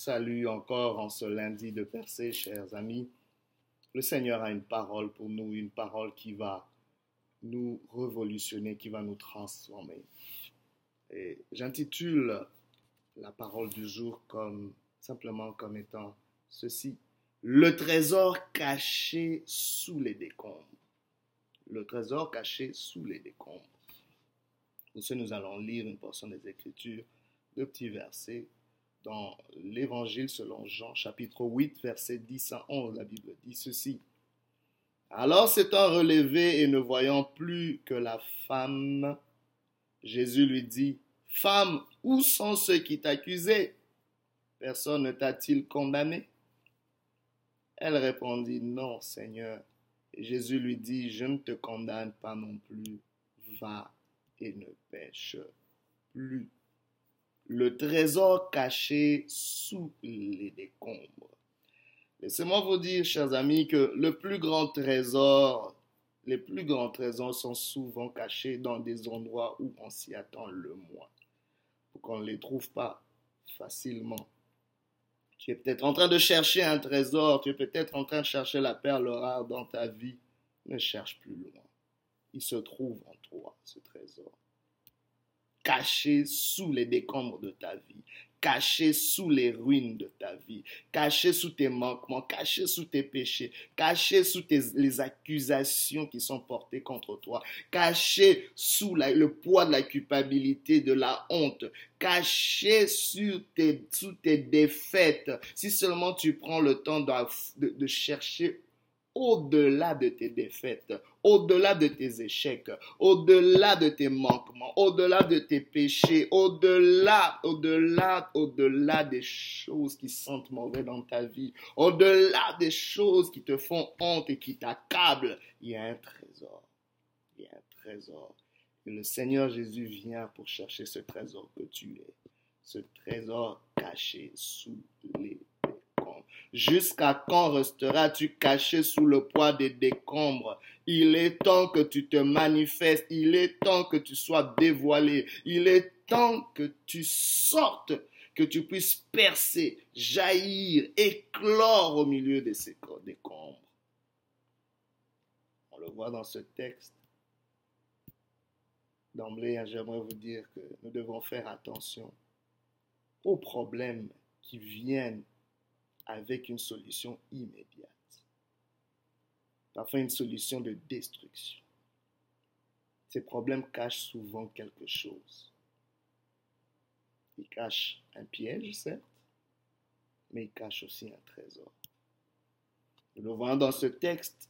salue encore en ce lundi de percée, chers amis. Le Seigneur a une parole pour nous, une parole qui va nous révolutionner, qui va nous transformer. Et j'intitule la parole du jour simplement comme étant ceci: le trésor caché sous les décombres. Le trésor caché sous les décombres. Pour ce, nous allons lire une portion des Écritures, deux petits versets, dans l'Évangile selon Jean, chapitre 8, versets 10 à 11. La Bible dit ceci: alors s'étant relevé et ne voyant plus que la femme, Jésus lui dit: femme, où sont ceux qui t'accusaient? Personne ne t'a-t-il condamné? Elle répondit: non, Seigneur. Et Jésus lui dit: je ne te condamne pas non plus. Va et ne pêche plus. Le trésor caché sous les décombres. Laissez-moi vous dire, chers amis, que les plus grands trésors sont souvent cachés dans des endroits où on s'y attend le moins, pour qu'on ne les trouve pas facilement. Tu es peut-être en train de chercher un trésor, tu es peut-être en train de chercher la perle rare dans ta vie. Ne cherche plus loin. Il se trouve en toi, ce trésor. Caché sous les décombres de ta vie, caché sous les ruines de ta vie, caché sous tes manquements, caché sous tes péchés, caché sous les accusations qui sont portées contre toi, caché sous le poids de la culpabilité, de la honte, caché sous tes défaites. Si seulement tu prends le temps de chercher au-delà de tes défaites, au-delà de tes échecs, au-delà de tes manquements, au-delà de tes péchés, au-delà des choses qui sentent mauvais dans ta vie, au-delà des choses qui te font honte et qui t'accablent, il y a un trésor. Il y a un trésor. Et le Seigneur Jésus vient pour chercher ce trésor que tu es, ce trésor caché sous les décombres. Jusqu'à quand resteras-tu caché sous le poids des décombres? Il est temps que tu te manifestes, il est temps que tu sois dévoilé, il est temps que tu sortes, que tu puisses percer, jaillir, éclore au milieu de ces décombres. On le voit dans ce texte. D'emblée, j'aimerais vous dire que nous devons faire attention aux problèmes qui viennent avec une solution immédiate. Parfois une solution de destruction. Ces problèmes cachent souvent quelque chose. Ils cachent un piège, certes, mais ils cachent aussi un trésor. Nous le voyons dans ce texte.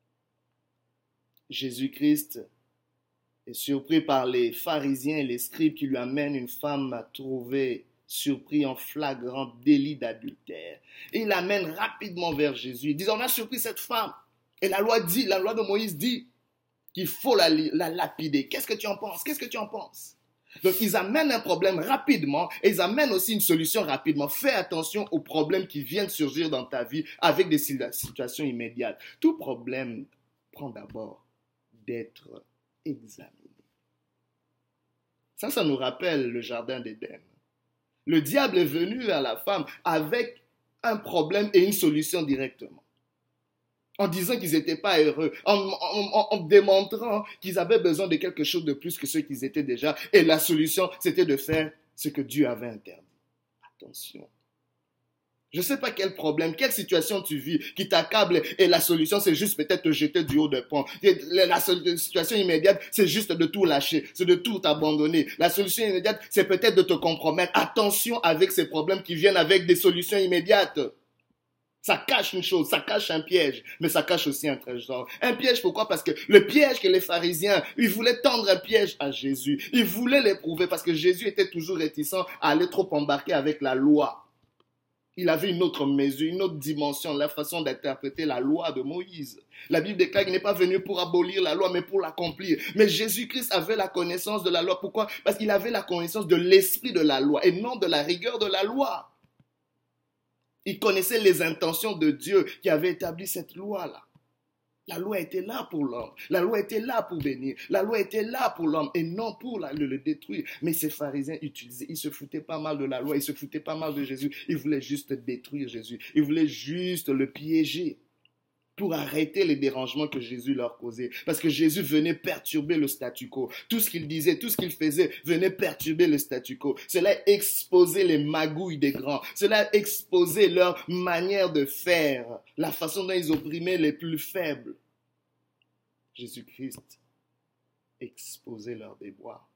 Jésus-Christ est surpris par les pharisiens et les scribes qui lui amènent une femme trouvée surpris en flagrant délit d'adultère. Et il l'amène rapidement vers Jésus. Il dit: on a surpris cette femme. Et la loi de Moïse dit qu'il faut la lapider. Qu'est-ce que tu en penses? Qu'est-ce que tu en penses? Donc ils amènent un problème rapidement et ils amènent aussi une solution rapidement. Fais attention aux problèmes qui viennent surgir dans ta vie avec des situations immédiates. Tout problème prend d'abord d'être examiné. Ça nous rappelle le jardin d'Éden. Le diable est venu vers la femme avec un problème et une solution directement. En disant qu'ils n'étaient pas heureux, en démontrant qu'ils avaient besoin de quelque chose de plus que ce qu'ils étaient déjà. Et la solution, c'était de faire ce que Dieu avait interdit. Attention. Je ne sais pas quel problème, quelle situation tu vis qui t'accable et la solution c'est juste peut-être te jeter du haut de pont. La situation immédiate c'est juste de tout lâcher, c'est de tout abandonner. La solution immédiate c'est peut-être de te compromettre. Attention avec ces problèmes qui viennent avec des solutions immédiates. Ça cache une chose, ça cache un piège, mais ça cache aussi un trésor. Un piège, pourquoi? Parce que le piège que les pharisiens, ils voulaient tendre un piège à Jésus. Ils voulaient l'éprouver parce que Jésus était toujours réticent à aller trop embarquer avec la loi. Il avait une autre mesure, une autre dimension, la façon d'interpréter la loi de Moïse. La Bible déclare qu'il n'est pas venu pour abolir la loi, mais pour l'accomplir. Mais Jésus-Christ avait la connaissance de la loi. Pourquoi? Parce qu'il avait la connaissance de l'esprit de la loi et non de la rigueur de la loi. Il connaissait les intentions de Dieu qui avait établi cette loi-là. La loi était là pour l'homme. La loi était là pour bénir. La loi était là pour l'homme et non pour le détruire. Mais ces pharisiens utilisaient, ils se foutaient pas mal de la loi, ils se foutaient pas mal de Jésus. Ils voulaient juste détruire Jésus. Ils voulaient juste le piéger pour arrêter les dérangements que Jésus leur causait. Parce que Jésus venait perturber le statu quo. Tout ce qu'il disait, tout ce qu'il faisait venait perturber le statu quo. Cela exposait les magouilles des grands. Cela exposait leur manière de faire, la façon dont ils opprimaient les plus faibles. Jésus-Christ exposait leurs déboires.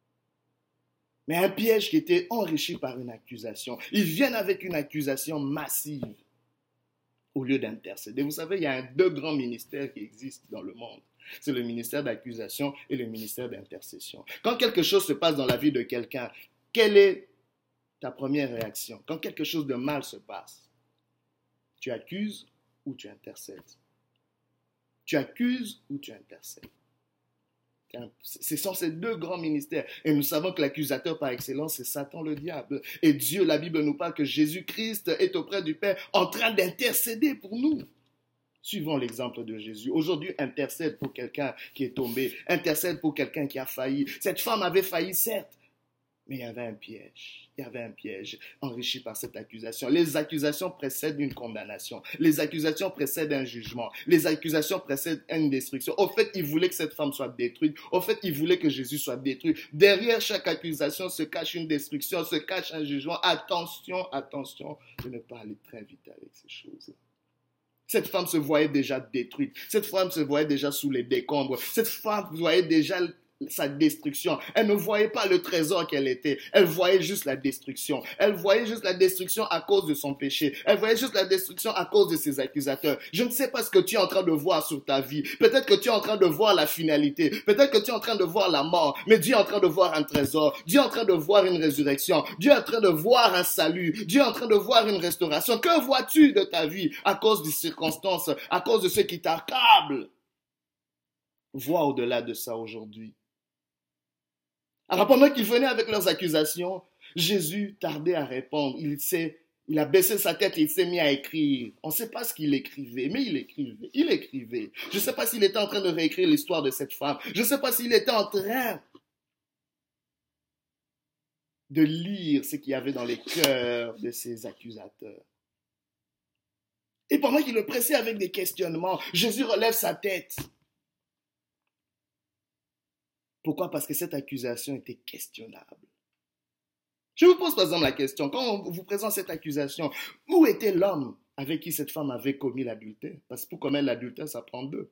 Mais un piège qui était enrichi par une accusation. Ils viennent avec une accusation massive au lieu d'intercéder. Vous savez, il y a deux grands ministères qui existent dans le monde. C'est le ministère d'accusation et le ministère d'intercession. Quand quelque chose se passe dans la vie de quelqu'un, quelle est ta première réaction? Quand quelque chose de mal se passe, tu accuses ou tu intercèdes? Tu accuses ou tu intercèdes? Ce sont ces deux grands ministères. Et nous savons que l'accusateur par excellence, c'est Satan le diable. Et Dieu, la Bible nous parle que Jésus-Christ est auprès du Père en train d'intercéder pour nous. Suivons l'exemple de Jésus. Aujourd'hui, intercède pour quelqu'un qui est tombé. Intercède pour quelqu'un qui a failli. Cette femme avait failli, certes. Mais il y avait un piège. Il y avait un piège enrichi par cette accusation. Les accusations précèdent une condamnation. Les accusations précèdent un jugement. Les accusations précèdent une destruction. Au fait, il voulait que cette femme soit détruite. Au fait, il voulait que Jésus soit détruit. Derrière chaque accusation se cache une destruction, se cache un jugement. Attention, attention de ne pas aller très vite avec ces choses. Cette femme se voyait déjà détruite. Cette femme se voyait déjà sous les décombres. Cette femme voyait déjà sa destruction. Elle ne voyait pas le trésor qu'elle était. Elle voyait juste la destruction. Elle voyait juste la destruction à cause de son péché. Elle voyait juste la destruction à cause de ses accusateurs. Je ne sais pas ce que tu es en train de voir sur ta vie. Peut-être que tu es en train de voir la finalité. Peut-être que tu es en train de voir la mort. Mais Dieu est en train de voir un trésor. Dieu est en train de voir une résurrection. Dieu est en train de voir un salut. Dieu est en train de voir une restauration. Que vois-tu de ta vie à cause des circonstances, à cause de ce qui t'accable? Vois au-delà de ça aujourd'hui. Alors pendant qu'ils venaient avec leurs accusations, Jésus tardait à répondre. Il a baissé sa tête et il s'est mis à écrire. On ne sait pas ce qu'il écrivait, mais il écrivait. Il écrivait. Je ne sais pas s'il était en train de réécrire l'histoire de cette femme. Je ne sais pas s'il était en train de lire ce qu'il y avait dans les cœurs de ses accusateurs. Et pendant qu'il le pressait avec des questionnements, Jésus relève sa tête. Pourquoi? Parce que cette accusation était questionnable. Je vous pose par exemple la question, quand on vous présente cette accusation, où était l'homme avec qui cette femme avait commis l'adultère? Parce que pour commettre l'adultère, ça prend deux.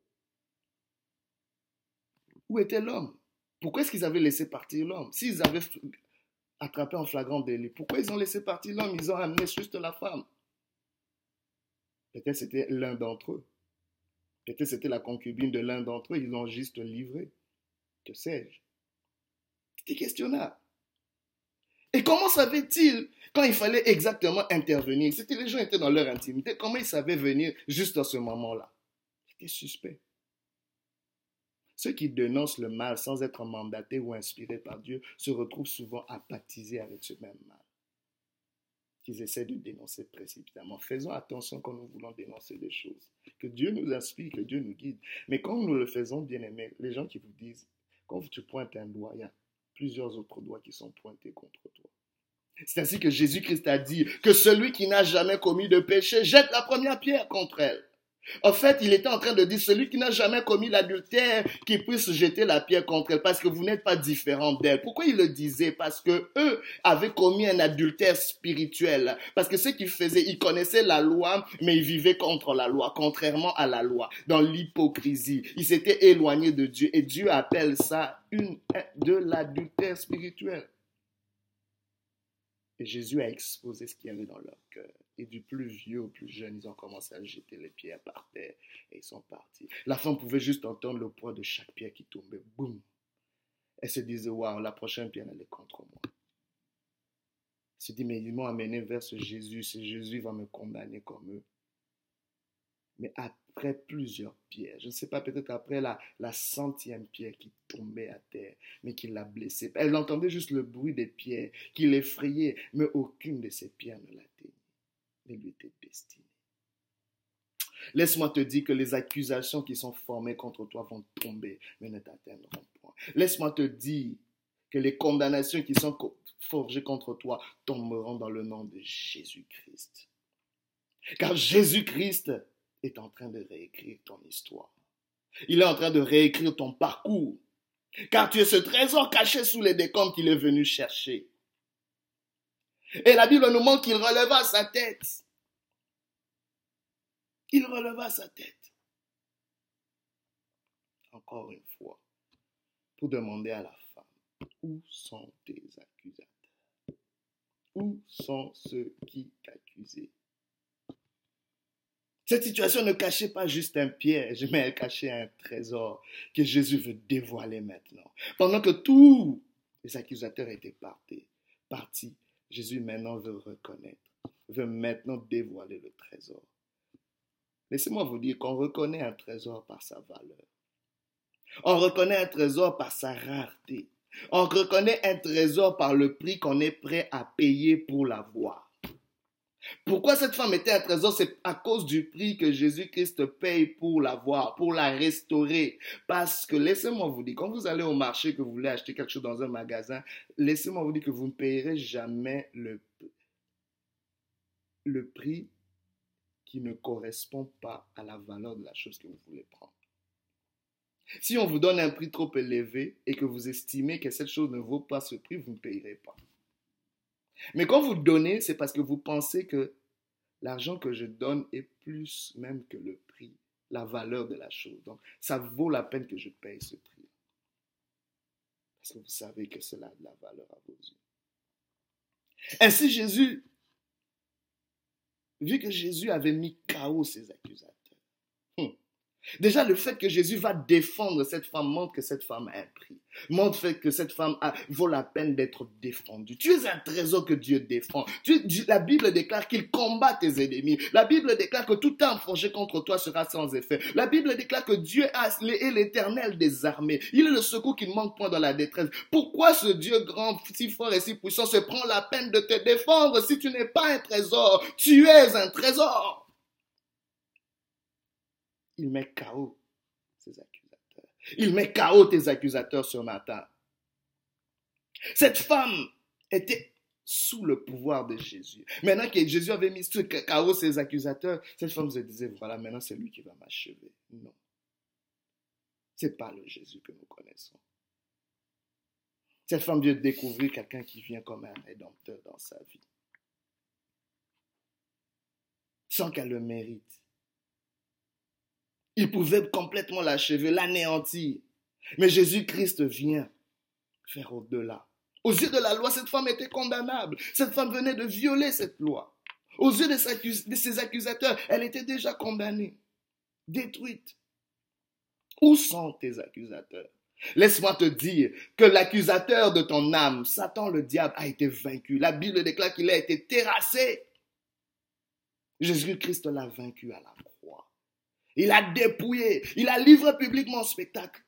Où était l'homme? Pourquoi est-ce qu'ils avaient laissé partir l'homme? S'ils avaient attrapé en flagrant délit, pourquoi ils ont laissé partir l'homme? Ils ont amené juste la femme. Peut-être c'était l'un d'entre eux. Peut-être c'était la concubine de l'un d'entre eux, ils l'ont juste livré. Que sais-je? C'était questionnable. Et comment savait-il quand il fallait exactement intervenir? C'était les gens étaient dans leur intimité. Comment ils savaient venir juste à ce moment-là? C'était suspect. Ceux qui dénoncent le mal sans être mandatés ou inspirés par Dieu se retrouvent souvent apathisés avec ce même mal qu'ils essaient de dénoncer précipitamment. Faisons attention quand nous voulons dénoncer des choses. Que Dieu nous inspire, que Dieu nous guide. Mais quand nous le faisons, bien aimé, les gens qui vous disent, quand tu pointes un doigt, il y a plusieurs autres doigts qui sont pointés contre toi. C'est ainsi que Jésus-Christ a dit que celui qui n'a jamais commis de péché jette la première pierre contre elle. En fait, il était en train de dire celui qui n'a jamais commis l'adultère qui puisse jeter la pierre contre elle parce que vous n'êtes pas différent d'elle. Pourquoi il le disait? Parce que eux avaient commis un adultère spirituel. Parce que ce qu'ils faisaient, ils connaissaient la loi, mais ils vivaient contre la loi, contrairement à la loi, dans l'hypocrisie. Ils s'étaient éloignés de Dieu et Dieu appelle ça de l'adultère spirituel. Et Jésus a exposé ce qu'il y avait dans leur cœur. Et du plus vieux au plus jeune, ils ont commencé à jeter les pierres par terre et ils sont partis. La femme pouvait juste entendre le poids de chaque pierre qui tombait. Boum! Elle se disait, waouh, la prochaine pierre, elle est contre moi. Elle se dit, mais ils m'ont amené vers ce Jésus va me condamner comme eux. Mais après plusieurs pierres, je ne sais pas, peut-être après la 100e pierre qui tombait à terre, mais qui l'a blessée. Elle entendait juste le bruit des pierres qui l'effrayait, mais aucune de ces pierres ne l'atteignait, ne lui était destinée. Laisse-moi te dire que les accusations qui sont formées contre toi vont tomber, mais ne t'atteindront point. Laisse-moi te dire que les condamnations qui sont forgées contre toi tomberont dans le nom de Jésus-Christ. Car Jésus-Christ est en train de réécrire ton histoire. Il est en train de réécrire ton parcours. Car tu es ce trésor caché sous les décombres qu'il est venu chercher. Et la Bible nous montre qu'il releva sa tête. Il releva sa tête. Encore une fois, pour demander à la femme, où sont tes accusateurs? Où sont ceux qui t'accusaient? Cette situation ne cachait pas juste un piège, mais elle cachait un trésor que Jésus veut dévoiler maintenant. Pendant que tous les accusateurs étaient partis, Jésus maintenant veut reconnaître, veut maintenant dévoiler le trésor. Laissez-moi vous dire qu'on reconnaît un trésor par sa valeur. On reconnaît un trésor par sa rareté. On reconnaît un trésor par le prix qu'on est prêt à payer pour l'avoir. Pourquoi cette femme était un trésor? C'est à cause du prix que Jésus-Christ paye pour l'avoir, pour la restaurer. Parce que, laissez-moi vous dire, quand vous allez au marché, que vous voulez acheter quelque chose dans un magasin, laissez-moi vous dire que vous ne payerez jamais le prix qui ne correspond pas à la valeur de la chose que vous voulez prendre. Si on vous donne un prix trop élevé et que vous estimez que cette chose ne vaut pas ce prix, vous ne payerez pas. Mais quand vous donnez, c'est parce que vous pensez que l'argent que je donne est plus même que le prix, la valeur de la chose. Donc, ça vaut la peine que je paye ce prix. Parce que vous savez que cela a de la valeur à vos yeux. Ainsi, Jésus, vu que Jésus avait mis KO ses accusateurs, déjà, le fait que Jésus va défendre cette femme montre que cette femme a un prix. Montre que cette femme vaut la peine d'être défendue. Tu es un trésor que Dieu défend. La Bible déclare qu'il combat tes ennemis. La Bible déclare que tout arme forgé contre toi sera sans effet. La Bible déclare que Dieu est l'Éternel des armées. Il est le secours qui ne manque point dans la détresse. Pourquoi ce Dieu grand, si fort et si puissant se prend la peine de te défendre si tu n'es pas un trésor? Tu es un trésor. Il met KO ses accusateurs. Il met KO tes accusateurs ce matin. Cette femme était sous le pouvoir de Jésus. Maintenant que Jésus avait mis KO ses accusateurs, cette femme se disait, voilà, maintenant c'est lui qui va m'achever. Non. Ce n'est pas le Jésus que nous connaissons. Cette femme vient de découvrir quelqu'un qui vient comme un rédempteur dans sa vie. Sans qu'elle le mérite. Il pouvait complètement l'achever, l'anéantir. Mais Jésus-Christ vient faire au-delà. Aux yeux de la loi, cette femme était condamnable. Cette femme venait de violer cette loi. Aux yeux de ses accusateurs, elle était déjà condamnée, détruite. Où sont tes accusateurs? Laisse-moi te dire que l'accusateur de ton âme, Satan le diable, a été vaincu. La Bible déclare qu'il a été terrassé. Jésus-Christ l'a vaincu à la croix. Il a dépouillé, il a livré publiquement spectacle.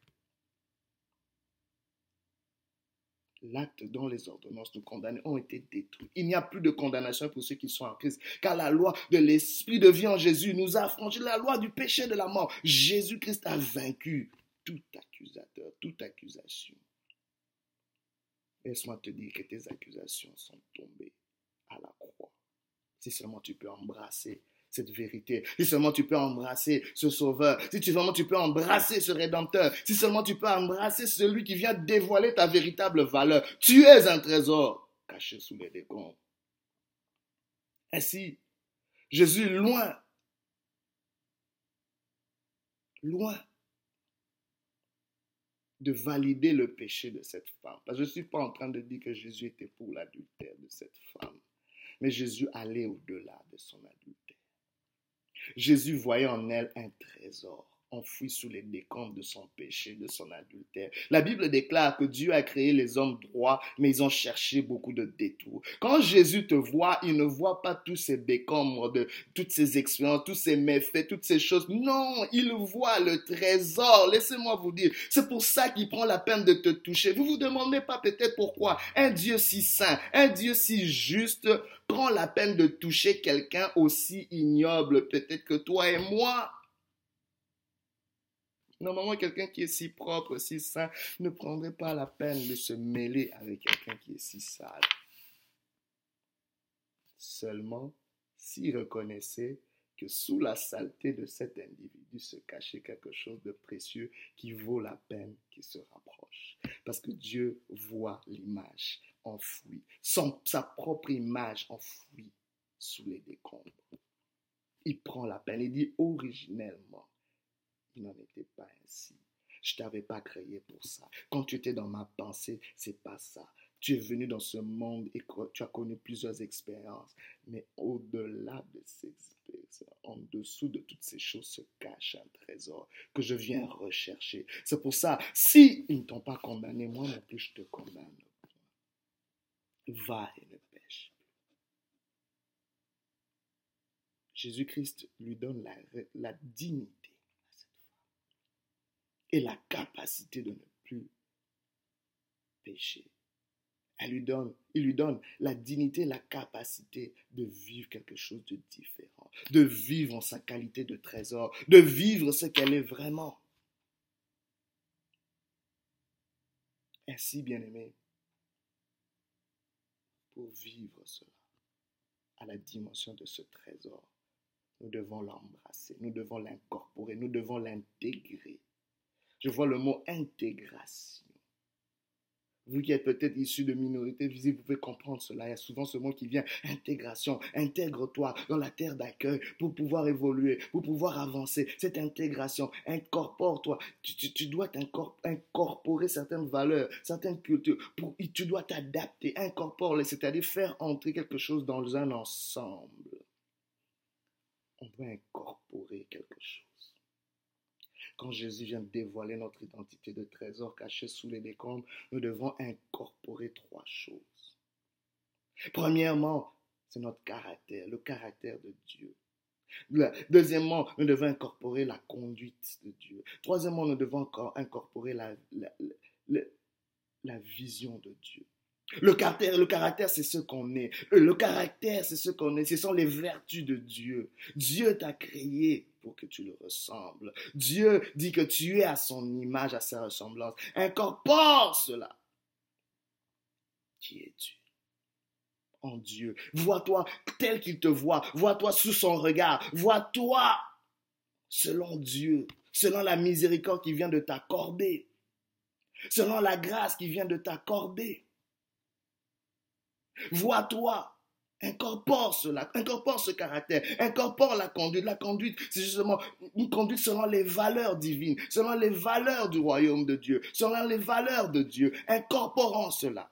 L'acte dont les ordonnances nous condamnaient ont été détruits. Il n'y a plus de condamnation pour ceux qui sont en Christ, car la loi de l'Esprit de vie en Jésus nous a affranchis de la loi du péché et de la mort. Jésus-Christ a vaincu tout accusateur, toute accusation. Laisse-moi te dire que tes accusations sont tombées à la croix. Si seulement tu peux embrasser cette vérité, si seulement tu peux embrasser ce sauveur, si seulement tu peux embrasser ce rédempteur, si seulement tu peux embrasser celui qui vient dévoiler ta véritable valeur. Tu es un trésor caché sous les décombres. Ainsi, Jésus, loin de valider le péché de cette femme, parce que je ne suis pas en train de dire que Jésus était pour l'adultère de cette femme, mais Jésus allait au-delà de son adultère. Jésus voyait en elle un trésor. enfoui sous les décombres de son péché, de son adultère. La Bible déclare que Dieu a créé les hommes droits, mais ils ont cherché beaucoup de détours. Quand Jésus te voit, il ne voit pas tous ces décombres, toutes ces expériences, tous ces méfaits, toutes ces choses. Non, il voit le trésor. Laissez-moi vous dire, c'est pour ça qu'il prend la peine de te toucher. Vous vous demandez pas peut-être pourquoi un Dieu si saint, un Dieu si juste prend la peine de toucher quelqu'un aussi ignoble peut-être que toi et moi. Normalement, quelqu'un qui est si propre, si saint, ne prendrait pas la peine de se mêler avec quelqu'un qui est si sale. Seulement, s'il reconnaissait que sous la saleté de cet individu se cachait quelque chose de précieux qui vaut la peine qu'il se rapproche. Parce que Dieu voit l'image enfouie, sa propre image enfouie sous les décombres. Il prend la peine, il dit originellement, il n'en était pas ainsi. Je ne t'avais pas créé pour ça. Quand tu étais dans ma pensée, c'est pas ça. Tu es venu dans ce monde et tu as connu plusieurs expériences. Mais au-delà de ces expériences, en dessous de toutes ces choses se cache un trésor que je viens rechercher. C'est pour ça, si ils ne t'ont pas condamné, moi non plus je te condamne. Va et ne pêche. Jésus-Christ lui donne la dignité et la capacité de ne plus pécher. Il lui donne la dignité, la capacité de vivre quelque chose de différent, de vivre en sa qualité de trésor, de vivre ce qu'elle est vraiment. Ainsi, bien-aimé, pour vivre cela, à la dimension de ce trésor, nous devons l'embrasser, nous devons l'incorporer, nous devons l'intégrer. Je vois le mot intégration. Vous qui êtes peut-être issus de minorités visibles, vous pouvez comprendre cela. Il y a souvent ce mot qui vient, intégration. Intègre-toi dans la terre d'accueil pour pouvoir évoluer, pour pouvoir avancer. Cette intégration, incorpore-toi. Tu dois incorporer certaines valeurs, certaines cultures. Tu dois t'adapter, incorpore-les, c'est-à-dire faire entrer quelque chose dans un ensemble. On doit incorporer quelque chose. Quand Jésus vient dévoiler notre identité de trésor caché sous les décombres, nous devons incorporer 3 choses. Premièrement, c'est notre caractère, le caractère de Dieu. Deuxièmement, nous devons incorporer la conduite de Dieu. Troisièmement, nous devons incorporer la vision de Dieu. Le caractère, c'est ce qu'on est. Le caractère, c'est ce qu'on est. Ce sont les vertus de Dieu. Dieu t'a créé pour que tu le ressembles. Dieu dit que tu es à son image, à sa ressemblance. Incorpore cela. Qui es-tu? En Dieu. Vois-toi tel qu'il te voit. Vois-toi sous son regard. Vois-toi selon Dieu. Selon la miséricorde qui vient de t'accorder. Selon la grâce qui vient de t'accorder. Vois-toi, incorpore cela, incorpore ce caractère, incorpore la conduite. La conduite, c'est justement une conduite selon les valeurs divines, selon les valeurs du royaume de Dieu, selon les valeurs de Dieu. Incorporons cela.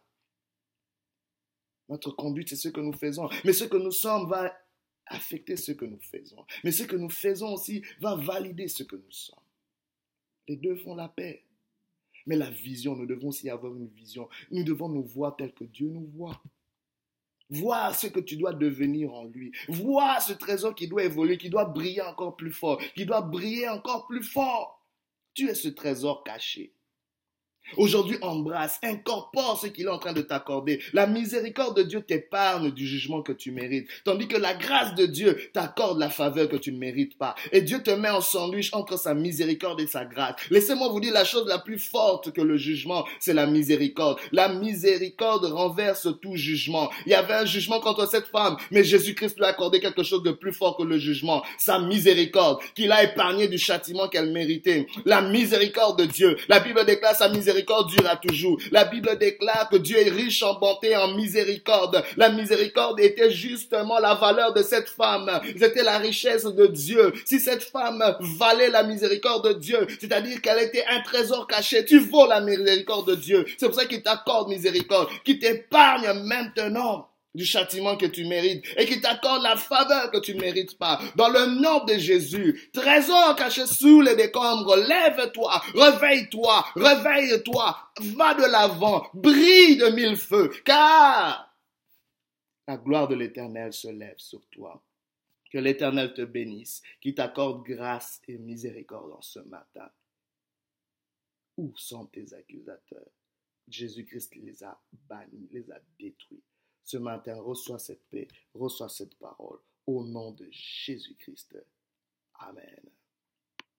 Notre conduite, c'est ce que nous faisons, mais ce que nous sommes va affecter ce que nous faisons. Mais ce que nous faisons aussi va valider ce que nous sommes. Les deux font la paix. Mais la vision, nous devons aussi avoir une vision. Nous devons nous voir tel que Dieu nous voit. Vois ce que tu dois devenir en lui. Vois ce trésor qui doit évoluer, qui doit briller encore plus fort, qui doit briller encore plus fort. Tu es ce trésor caché. Aujourd'hui, embrasse, incorpore ce qu'il est en train de t'accorder. La miséricorde de Dieu t'épargne du jugement que tu mérites, tandis que la grâce de Dieu t'accorde la faveur que tu ne mérites pas. Et Dieu te met en sandwich entre sa miséricorde et sa grâce. Laissez-moi vous dire la chose la plus forte que le jugement, c'est la miséricorde. La miséricorde renverse tout jugement. Il y avait un jugement contre cette femme, mais Jésus-Christ lui a accordé quelque chose de plus fort que le jugement. Sa miséricorde, qu'il a épargné du châtiment qu'elle méritait. La miséricorde de Dieu. La Bible déclare sa miséricorde dure à toujours. La Bible déclare que Dieu est riche en bonté et en miséricorde. La miséricorde était justement la valeur de cette femme. C'était la richesse de Dieu. Si cette femme valait la miséricorde de Dieu, c'est-à-dire qu'elle était un trésor caché, tu vaux la miséricorde de Dieu. C'est pour ça qu'il t'accorde miséricorde, qu'il t'épargne maintenant. du châtiment que tu mérites et qui t'accorde la faveur que tu ne mérites pas. Dans le nom de Jésus, trésor caché sous les décombres, lève-toi, réveille-toi, réveille-toi, va de l'avant, brille de mille feux, car la gloire de l'Éternel se lève sur toi. Que l'Éternel te bénisse, qu'il t'accorde grâce et miséricorde en ce matin. Où sont tes accusateurs? Jésus-Christ les a bannis, les a détruits. Ce matin, reçois cette paix, reçois cette parole. Au nom de Jésus-Christ. Amen.